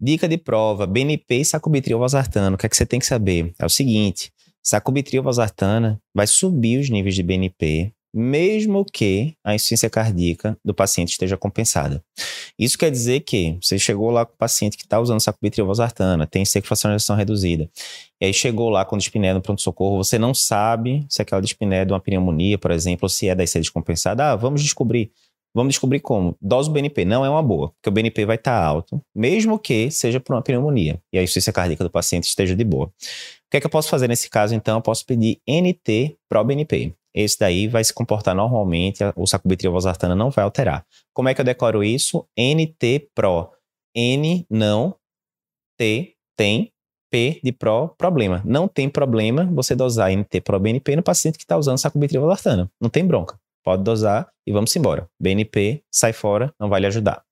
Dica de prova, BNP e sacubitril valsartana. O que é que você tem que saber? É o seguinte, sacubitril valsartana vai subir os níveis de BNP, mesmo que a insuficiência cardíaca do paciente esteja compensada. Isso quer dizer que você chegou lá com o paciente que está usando sacubitril valsartana, tem secflacionação reduzida, e aí chegou lá com dispneia no pronto-socorro, você não sabe se aquela dispneia é de uma pneumonia, por exemplo, ou se é da IC descompensada. Vamos descobrir. Vamos descobrir como. Dose do BNP não é uma boa, porque o BNP vai estar alto, mesmo que seja por uma pneumonia, e a insuficiência cardíaca do paciente esteja de boa. O que é que eu posso fazer nesse caso, então? Eu posso pedir NT pro BNP. Esse daí vai se comportar normalmente, o sacubitril valsartana não vai alterar. Como é que eu decoro isso? NT pro. N, não. T, tem. P de pro, problema. Não tem problema você dosar NT pro BNP no paciente que está usando sacubitril valsartana. Não tem bronca. Pode dosar e vamos embora. BNP, sai fora, não vai lhe ajudar.